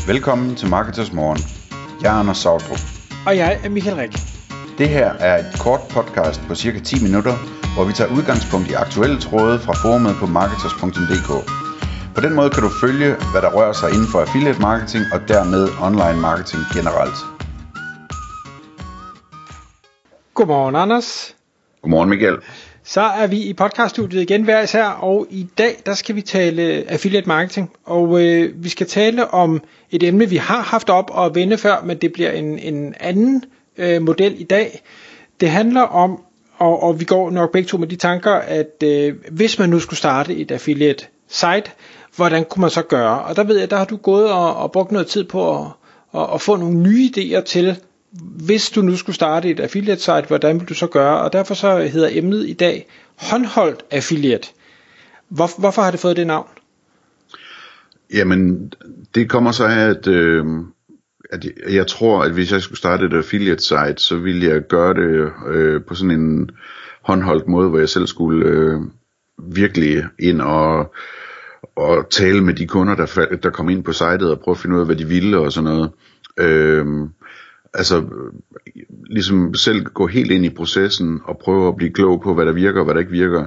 Velkommen til Marketers Morgen. Jeg er Anders Sautrup. Og jeg er Michael Rik. Det her er et kort podcast på cirka 10 minutter, hvor vi tager udgangspunkt i aktuelle tråde fra forumet på marketers.dk. På den måde kan du følge, hvad der rører sig inden for affiliate marketing og dermed online marketing generelt. Godmorgen, Anders. Godmorgen, Michael. Så er vi i podcaststudiet igen hver især, og i dag der skal vi tale affiliate marketing. Og vi skal tale om et emne, vi har haft op og vende før, men det bliver en anden model i dag. Det handler om, og vi går nok begge to med de tanker, at hvis man nu skulle starte et affiliate site, hvordan kunne man så gøre? Og der ved jeg, der har du gået og brugt noget tid på at få nogle nye idéer til, hvis du nu skulle starte et affiliate site, hvordan vil du så gøre? Og derfor så hedder emnet i dag håndholdt affiliate. Hvorfor har det fået det navn? Jamen, det kommer så af, at jeg tror, at hvis jeg skulle starte et affiliate site, så ville jeg gøre det på sådan en håndholdt måde, hvor jeg selv skulle virkelig ind og tale med de kunder, der kom ind på sitet og prøve at finde ud af, hvad de ville og sådan noget. Altså ligesom selv gå helt ind i processen og prøve at blive klog på, hvad der virker og hvad der ikke virker.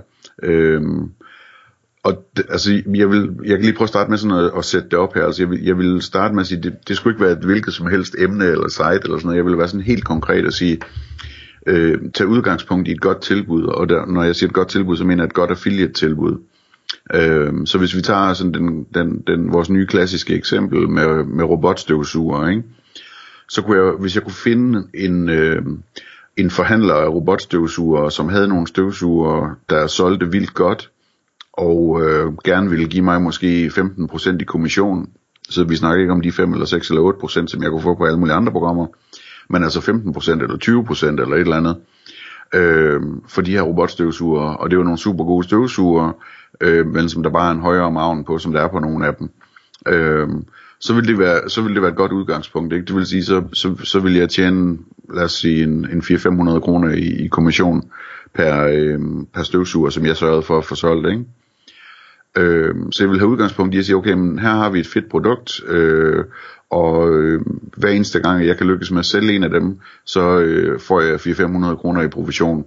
Jeg kan lige prøve at starte med sådan at sætte det op her. Altså jeg vil starte med at sige, det skulle ikke være et hvilket som helst emne eller site eller sådan noget. Jeg vil være sådan helt konkret og sige, tag udgangspunkt i et godt tilbud. Og når jeg siger et godt tilbud, så mener jeg et godt affiliate tilbud. Så hvis vi tager sådan vores nye klassiske eksempel med robotstøvsuger, ikke? Så kunne jeg, hvis jeg kunne finde en forhandler af robotstøvsugere, som havde nogle støvsugere, der solgte vildt godt, og gerne ville give mig måske 15% i kommission, så vi snakker ikke om de 5 eller 6 eller 8%, som jeg kunne få på alle mulige andre programmer, men altså 15% eller 20% eller et eller andet, for de her robotstøvsugere, og det var nogle super gode støvsugere, men som der bare er en højere margen på, som der er på nogle af dem. Så vil det være et godt udgangspunkt, ikke? Det vil sige, så vil jeg tjene, lad os sige, en 400-500 kroner i kommission per støvsuger, som jeg sørgede for at få solgt, ikke? Så jeg vil have udgangspunkt i at sige, okay, men her har vi et fedt produkt, og hver eneste gang jeg kan lykkes med at sælge en af dem, så får jeg 400-500 kroner i provision.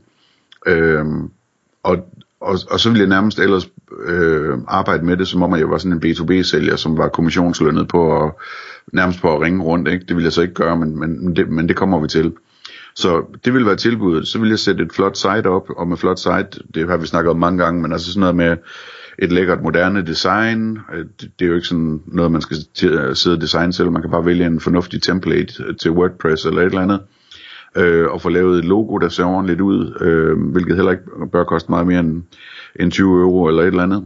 Og så ville jeg nærmest ellers arbejde med det, som om jeg var sådan en B2B-sælger, som var kommissionslønnet nærmest på at ringe rundt, ikke? Det ville jeg så ikke gøre, men det kommer vi til. Så det ville være tilbuddet. Så ville jeg sætte et flot site op, og med flot site, det har vi snakket om mange gange, men altså sådan noget med et lækkert moderne design. Det er jo ikke sådan noget, man skal sidde og designe selv. Man kan bare vælge en fornuftig template til WordPress eller et eller andet. Og få lavet et logo, der ser ordentligt ud, hvilket heller ikke bør koste meget mere end 20 euro eller et eller andet.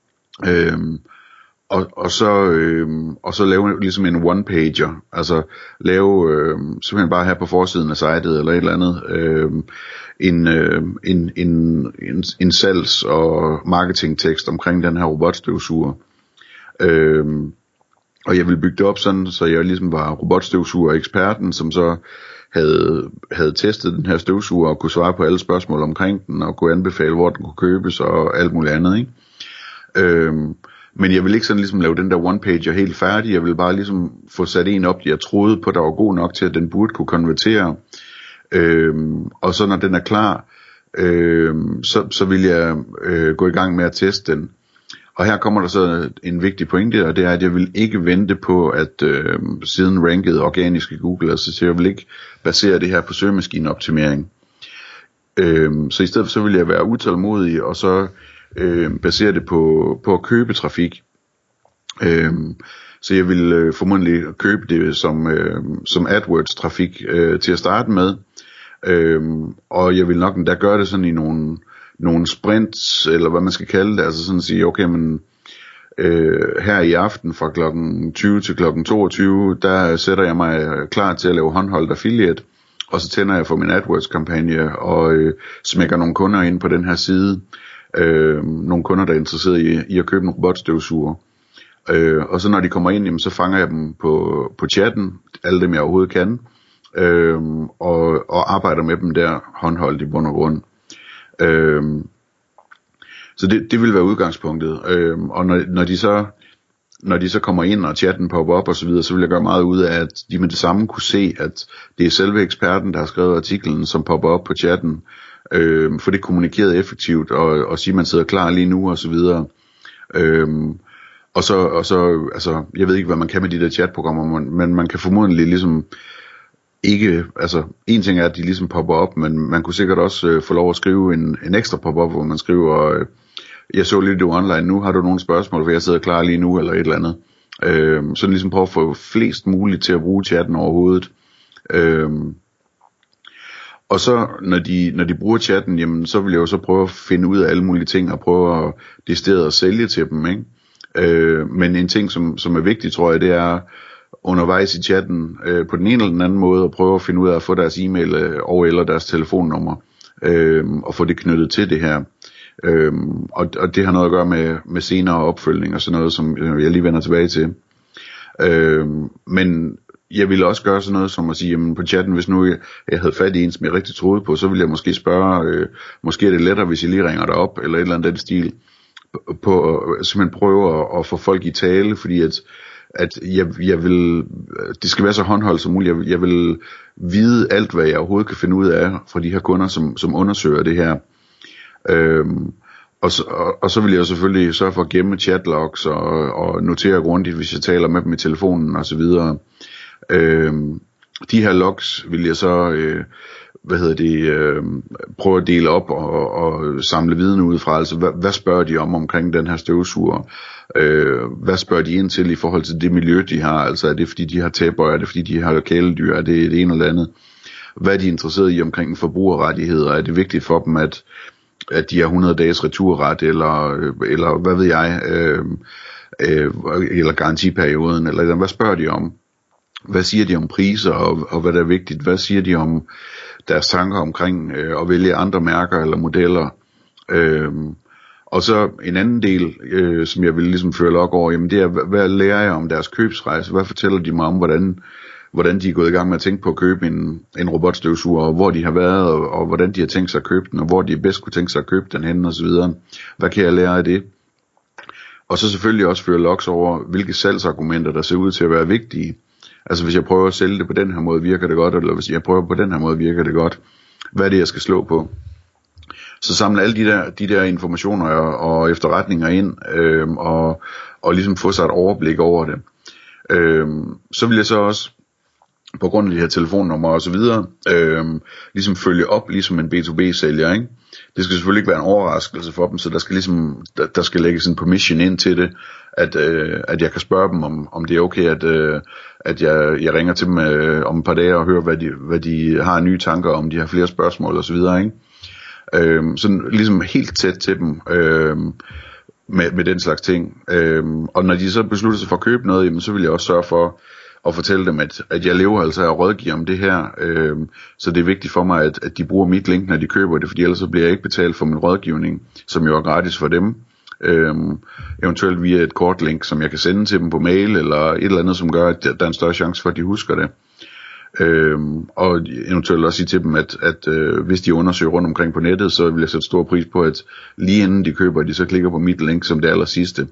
Og så lave ligesom en one-pager, altså lave simpelthen bare her på forsiden af sitet eller et eller andet, en salgs- og marketingtekst omkring den her robotstøvsuger. Og jeg ville bygge det op sådan, så jeg ligesom var robotstøvsuger-eksperten, som så havde testet den her støvsuger og kunne svare på alle spørgsmål omkring den og kunne anbefale, hvor den kunne købes og alt muligt andet, ikke? Men jeg vil ikke sådan ligesom lave den der one-pager helt færdig. Jeg vil bare ligesom få sat en op, jeg troede på, der var god nok til, at den burde kunne konvertere. Og så når den er klar, så vil jeg gå i gang med at teste den. Og her kommer der så en vigtig pointe, og det er, at jeg vil ikke vente på, at siden rankede organisk i Google, altså så jeg vil ikke basere det her på søgemaskineoptimering. Så i stedet for, så vil jeg være utålmodig, og så basere det på at købe trafik. Så jeg vil formodentlig købe det som AdWords trafik til at starte med. Og jeg vil nok endda gøre det sådan i nogle sprints, eller hvad man skal kalde det, altså sådan at sige, okay, men her i aften fra klokken 20 til klokken 22, der sætter jeg mig klar til at lave håndholdt affiliate, og så tænder jeg for min AdWords-kampagne, og smækker nogle kunder ind på den her side, nogle kunder, der er interesseret i at købe en robotstøvsuger. Og så når de kommer ind, jamen, så fanger jeg dem på chatten, alle dem jeg overhovedet kan, og arbejder med dem der håndholdt i bund og grund. Så det vil være udgangspunktet. Og når de så når de så kommer ind, og chatten popper op og så videre, så vil jeg gøre meget ud af, at de med det samme kunne se, at det er selve eksperten, der har skrevet artiklen, som popper op på chatten, for det kommunikeret effektivt, og sige, at man sidder klar lige nu og så videre. Og så, altså, jeg ved ikke, hvad man kan med de der chatprogrammer, men man kan formodentlig ligesom ikke, altså, en ting er, at de ligesom popper op, men man kunne sikkert også få lov at skrive en ekstra pop-up, hvor man skriver, jeg så lidt online nu, har du nogle spørgsmål, for jeg sidder klar lige nu, eller et eller andet. Så ligesom prøve at få flest muligt til at bruge chatten overhovedet. Og så, når de bruger chatten, jamen, så vil jeg jo så prøve at finde ud af alle mulige ting, og prøve at decideret at sælge til dem, ikke? Men en ting, som er vigtigt, tror jeg, det er undervejs i chatten, på den ene eller den anden måde, at prøve at finde ud af at få deres e-mail og eller deres telefonnummer, og få det knyttet til det her. Og det har noget at gøre med senere opfølgning og sådan noget, som jeg lige vender tilbage til. Men jeg ville også gøre sådan noget som at sige, jamen på chatten, hvis nu jeg havde fat i en, som jeg rigtig troede på, så ville jeg måske spørge, måske er det lettere, hvis jeg lige ringer dig op, eller et eller andet den stil, på simpelthen prøve at få folk i tale, fordi at jeg vil, det skal være så håndholdt som muligt. Jeg vil vide alt, hvad jeg overhovedet kan finde ud af fra de her kunder, som undersøger det her. Og så vil jeg selvfølgelig sørge for at gemme chatlogs og notere grundigt, hvis jeg taler med dem i telefonen og så videre. De her logs vil jeg så prøve at dele op og samle viden ud fra. Altså hvad spørger de omkring den her støvsuger? Hvad spørger de ind til i forhold til det miljø de har? Altså er det fordi de har tæpper, er det fordi de har kæledyr, er det ene eller andet? Hvad er de interesseret i omkring forbrugerrettigheder? Er det vigtigt for dem at de har 100 dages returret, eller hvad ved jeg, eller garantiperioden, eller hvad spørger de om? Hvad siger de om priser, og hvad der er vigtigt? Hvad siger de om deres tanker omkring at vælge andre mærker eller modeller? Og så en anden del, som jeg vil ligesom føre log over, jamen det er, hvad lærer jeg om deres købsrejse? Hvad fortæller de mig om, hvordan de er gået i gang med at tænke på at købe en robotstøvsuger, og hvor de har været, og hvordan de har tænkt sig at købe den, og hvor de bedst kunne tænke sig at købe den henne, og så videre. Hvad kan jeg lære af det? Og så selvfølgelig også føre logs over, hvilke salgsargumenter, der ser ud til at være vigtige. Altså hvis jeg prøver at sælge det på den her måde, virker det godt, eller hvis jeg prøver på den her måde, virker det godt. Hvad er det, jeg skal slå på? Så samle alle de der informationer og efterretninger ind, og ligesom få sig et overblik over det. Så vil jeg så også, på grund af de her telefonnumre og så videre, ligesom følge op, ligesom en B2B-sælger, ikke? Det skal selvfølgelig ikke være en overraskelse for dem, så der skal lægges en permission ind til det, at jeg kan spørge dem, om det er okay, at jeg ringer til dem om et par dage og hører, hvad de har nye tanker, om de har flere spørgsmål og så videre, ikke? Sådan ligesom helt tæt til dem, med den slags ting. Og når de så beslutter sig for at købe noget, jamen, så vil jeg også sørge for at fortælle dem, at jeg lever altså af at rådgive om det her. Så det er vigtigt for mig, at de bruger mit link, når de køber det, fordi ellers så bliver jeg ikke betalt for min rådgivning, som jo er gratis for dem. Eventuelt via et kortlink, som jeg kan sende til dem på mail, eller et eller andet, som gør, at der er en større chance for, at de husker det. Og eventuelt også sige til dem, at hvis de undersøger rundt omkring på nettet, så vil jeg sætte stor pris på, at lige inden de køber, de så klikker på mit link som det aller sidste.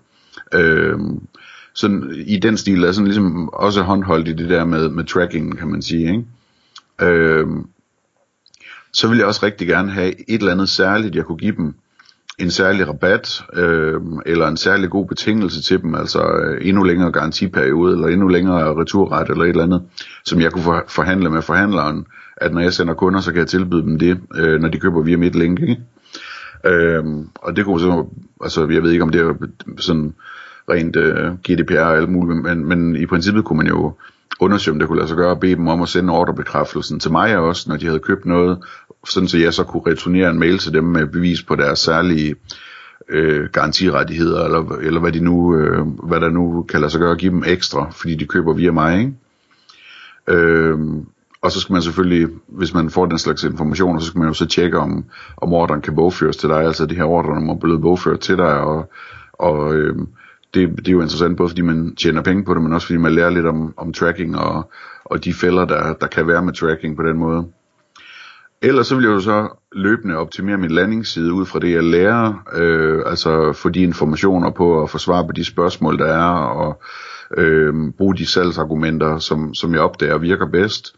Sådan i den stil er sådan ligesom også håndholdt i det der med tracking, kan man sige, ikke? Så vil jeg også rigtig gerne have et eller andet særligt, jeg kunne give dem. En særlig rabat, eller en særlig god betingelse til dem, altså endnu længere garantiperiode, eller endnu længere returret, eller et eller andet, som jeg kunne forhandle med forhandleren, at når jeg sender kunder, så kan jeg tilbyde dem det, når de køber via mit link, ikke? Og det kunne så, altså jeg ved ikke om det er sådan rent GDPR og alt muligt, men i princippet kunne man jo undersøge, om det kunne lade sig gøre, og bede dem om at sende ordrebekræftelsen til mig også, når de havde købt noget, sådan så jeg så kunne returnere en mail til dem med bevis på deres særlige garantirettigheder, eller hvad der nu kan lade sig gøre, at give dem ekstra, fordi de køber via mig, ikke? Og så skal man selvfølgelig, hvis man får den slags informationer, så skal man jo så tjekke, om ordren kan bogføres til dig, altså de her ordre er blevet bogført til dig, og det er jo interessant, både fordi man tjener penge på det, men også fordi man lærer lidt om tracking og de fælder, der kan være med tracking på den måde. Ellers så vil jeg jo så løbende optimere min landingsside ud fra det, jeg lærer, altså få de informationer på at få svar på de spørgsmål, der er, og bruge de salgsargumenter, som jeg opdager virker bedst.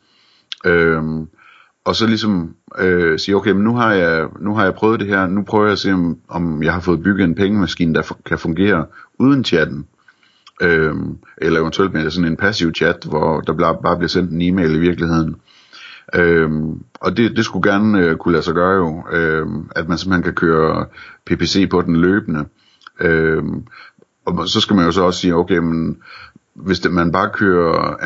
Og så ligesom sige, okay, men nu har jeg prøvet det her, nu prøver jeg at se, om jeg har fået bygget en pengemaskine, der kan fungere uden chatten. Eller eventuelt med sådan en passiv chat, hvor der bare bliver sendt en e-mail i virkeligheden. Og det skulle gerne kunne lade sig gøre jo, at man simpelthen kan køre PPC på den løbende. Og så skal man jo så også sige, okay, men hvis man bare kører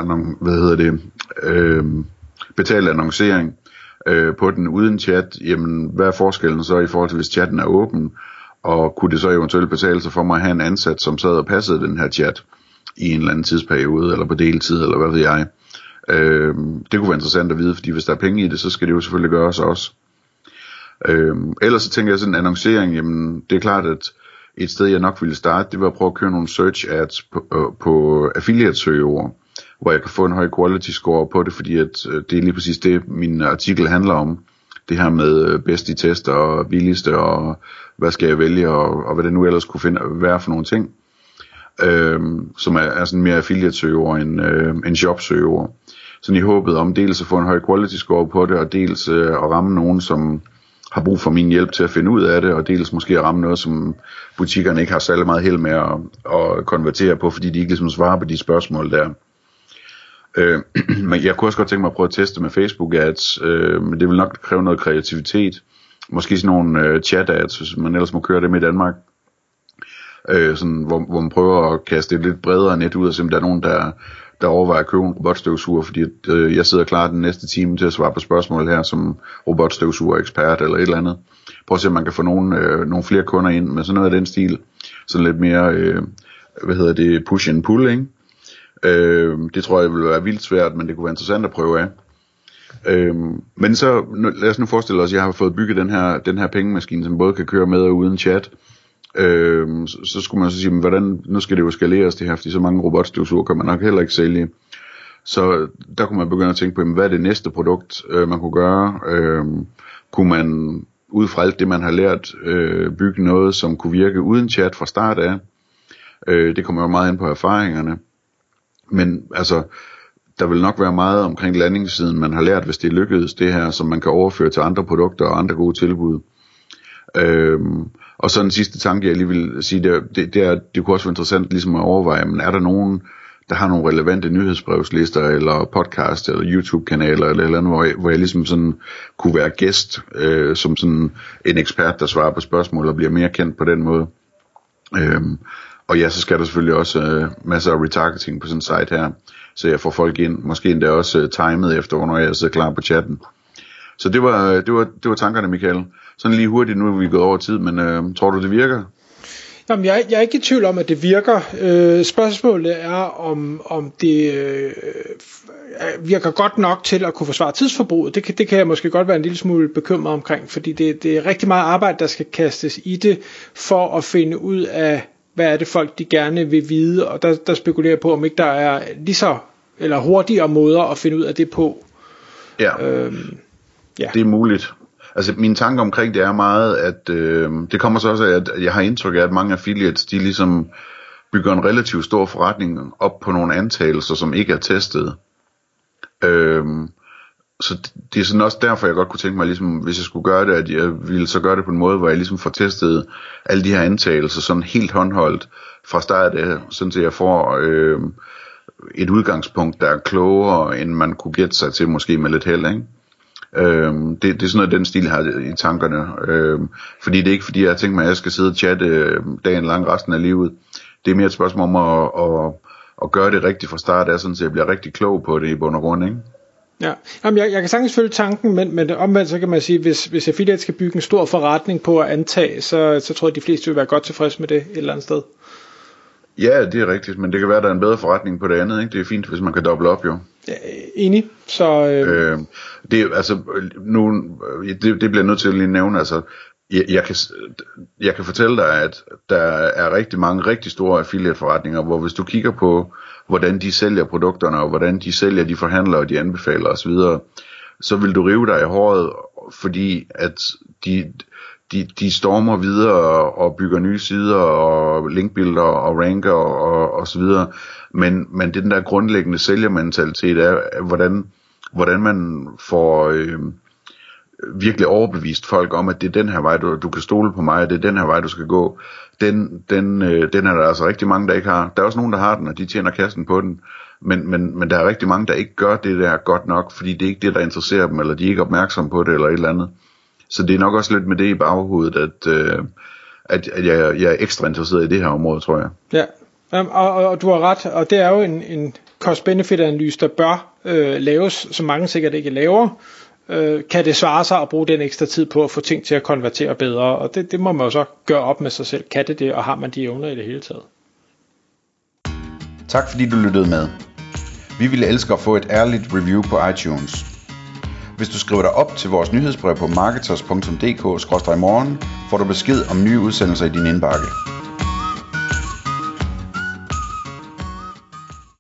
betalt annoncering på den uden chat, jamen hvad er forskellen så i forhold til hvis chatten er åben, og kunne det så eventuelt betale sig for mig at have en ansat, som sad og passede den her chat i en eller anden tidsperiode, eller på deltid, eller hvad ved jeg. Det kunne være interessant at vide, fordi hvis der er penge i det, så skal det jo selvfølgelig gøres også. Ellers så tænker jeg sådan en annoncering, jamen det er klart, at et sted jeg nok ville starte, det var at prøve at køre nogle search ads på affiliate søgeord, hvor jeg kan få en høj quality score på det, fordi at det er lige præcis det, min artikel handler om. Det her med bedst i tester og billigste, og hvad skal jeg vælge, og hvad det nu ellers kunne være for nogle ting, som er sådan mere affiliate søgeord end shop søgeord. Så i håbet om dels at få en høj quality score på det, og dels at ramme nogen, som har brug for min hjælp til at finde ud af det, og dels måske at ramme noget, som butikkerne ikke har særlig meget held med at konvertere på, fordi de ikke ligesom svarer på de spørgsmål der. Men jeg kunne også godt tænke mig at prøve at teste med Facebook ads, men det vil nok kræve noget kreativitet. Måske sådan nogle chat ads, hvis man ellers må køre dem i Danmark. Sådan, hvor man prøver at kaste et lidt bredere net ud, og se om der er nogen, der overvejer at købe en robotstøvsuger, fordi jeg sidder klar den næste time til at svare på spørgsmål her som robotstøvsuger ekspert eller et eller andet. Prøv at se, om man kan få nogle flere kunder ind med sådan noget af den stil. Sådan lidt mere, push and pull, ikke? Det tror jeg vil være vildt svært, men det kunne være interessant at prøve af. Men så lad os nu forestille os, at jeg har fået bygget den her pengemaskine, som både kan køre med og uden chat. Så skulle man så sige, hvordan nu skal det jo skaleres det her, fordi så mange robotstøvsuger kan man nok heller ikke sælge. Så der kunne man begynde at tænke på, hvad er det næste produkt man kunne gøre. Kunne man ud fra alt det man har lært bygge noget som kunne virke uden chat fra start af. Det kommer jo meget ind på erfaringerne. Men altså der vil nok være meget omkring landingssiden man har lært, hvis det lykkedes det her, som man kan overføre til andre produkter og andre gode tilbud. Og så den sidste tanke jeg lige vil sige, det kunne også være interessant ligesom at overveje, men er der nogen der har nogle relevante nyhedsbrevslister eller podcast eller YouTube kanaler eller andet, hvor jeg ligesom sådan kunne være gæst som sådan en ekspert der svarer på spørgsmål og bliver mere kendt på den måde. Og ja, så skal der selvfølgelig også masser af retargeting på sådan en site her, så jeg får folk ind, måske endda også timet efter, når jeg sidder klar på chatten. Så det var tankerne, Michael. Sådan lige hurtigt, nu er vi gået over tid, men tror du det virker? Jamen, jeg er ikke i tvivl om, at det virker. Spørgsmålet er, om det virker godt nok til at kunne forsvare tidsforbruget. Det kan jeg måske godt være en lille smule bekymret omkring, fordi det er rigtig meget arbejde, der skal kastes i det, for at finde ud af, hvad er det folk, de gerne vil vide, og der spekulerer jeg på, om ikke der er lige så, eller hurtigere måder at finde ud af det på. Ja, det er muligt. Altså min tanke omkring det er meget, at det kommer så også af, at jeg har indtryk af, at mange affiliates, de ligesom bygger en relativt stor forretning op på nogle antagelser, som ikke er testet. Så det er sådan også derfor, jeg godt kunne tænke mig, ligesom, hvis jeg skulle gøre det, at jeg ville så gøre det på en måde, hvor jeg ligesom får testet alle de her antagelser sådan helt håndholdt fra start af, sådan så jeg får et udgangspunkt, der er klogere, end man kunne gætte sig til, måske med lidt held, ikke? Det er sådan noget den stil jeg har i tankerne, fordi det er ikke fordi jeg tænker mig at jeg skal sidde og chatte dagen lang resten af livet. Det er mere et spørgsmål om at gøre det rigtigt fra start af, sådan så jeg bliver rigtig klog på det i bund og grund, ikke? Ja, jamen jeg kan sagtens følge tanken, men omvendt så kan man sige, hvis affiliate skal bygge en stor forretning på at antage, så tror jeg de fleste vil være godt tilfreds med det et eller andet sted. Ja, det er rigtigt, men det kan være, der er en bedre forretning på det andet, ikke? Det er fint, hvis man kan doble op, jo. Ja, enig, så... Det, altså, nu, det bliver nødt til at lige nævne, altså, jeg kan fortælle dig, at der er rigtig mange rigtig store affiliate-forretninger, hvor hvis du kigger på, hvordan de sælger produkterne, og hvordan de sælger, de forhandler, og de anbefaler osv., så vil du rive dig i håret, fordi at de stormer videre og bygger nye sider og linkbilleder og ranker og så videre. Men den der grundlæggende sælgermentalitet er, hvordan man får virkelig overbevist folk om, at det er den her vej, du kan stole på mig, og det er den her vej, du skal gå. Den er der altså rigtig mange, der ikke har. Der er også nogen, der har den, og de tjener kassen på den. Men der er rigtig mange, der ikke gør det der godt nok, fordi det er ikke det, der interesserer dem, eller de er ikke opmærksomme på det, eller et eller andet. Så det er nok også lidt med det i baghovedet, at jeg er ekstra interesseret i det her område, tror jeg. Ja, og du har ret, og det er jo en cost-benefit-analyse, der bør laves, som mange sikkert ikke laver. Kan det svare sig at bruge den ekstra tid på at få ting til at konvertere bedre, og det må man jo så gøre op med sig selv. Kan det, og har man de evner i det hele taget? Tak fordi du lyttede med. Vi ville elske at få et ærligt review på iTunes. Hvis du skriver dig op til vores nyhedsbrev på marketers.dk/morgen, får du besked om nye udsendelser i din indbakke.